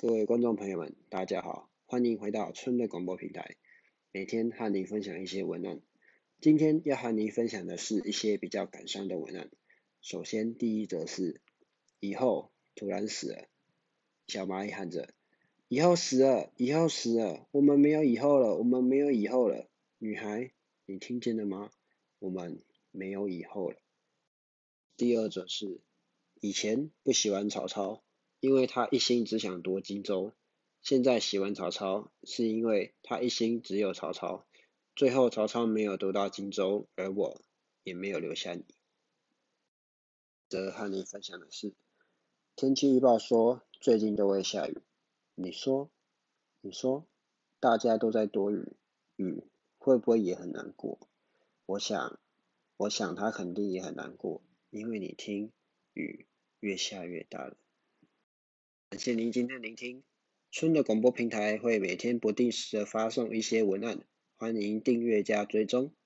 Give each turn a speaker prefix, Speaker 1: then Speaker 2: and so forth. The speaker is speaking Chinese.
Speaker 1: 各位观众朋友们，大家好，欢迎回到春的广播平台，每天和你分享一些文案。今天要和你分享的是一些比较感伤的文案。首先，第一则是以后突然死了，小蚂蚁喊着：以后死了，以后死了，我们没有以后了，我们没有以后了。女孩，你听见了吗？我们没有以后了。第二则是以前不喜欢曹操，因为他一心只想夺荆州。现在喜欢曹操，是因为他一心只有曹操。最后曹操没有夺到荆州，而我也没有留下你。则和你分享的是，天气预报说最近都会下雨。你说，你说，大家都在躲雨，雨会不会也很难过？我想，我想他肯定也很难过，因为你听，雨越下越大了。感谢您今天聆听。春的广播平台会每天不定时的发送一些文案，欢迎订阅加追踪。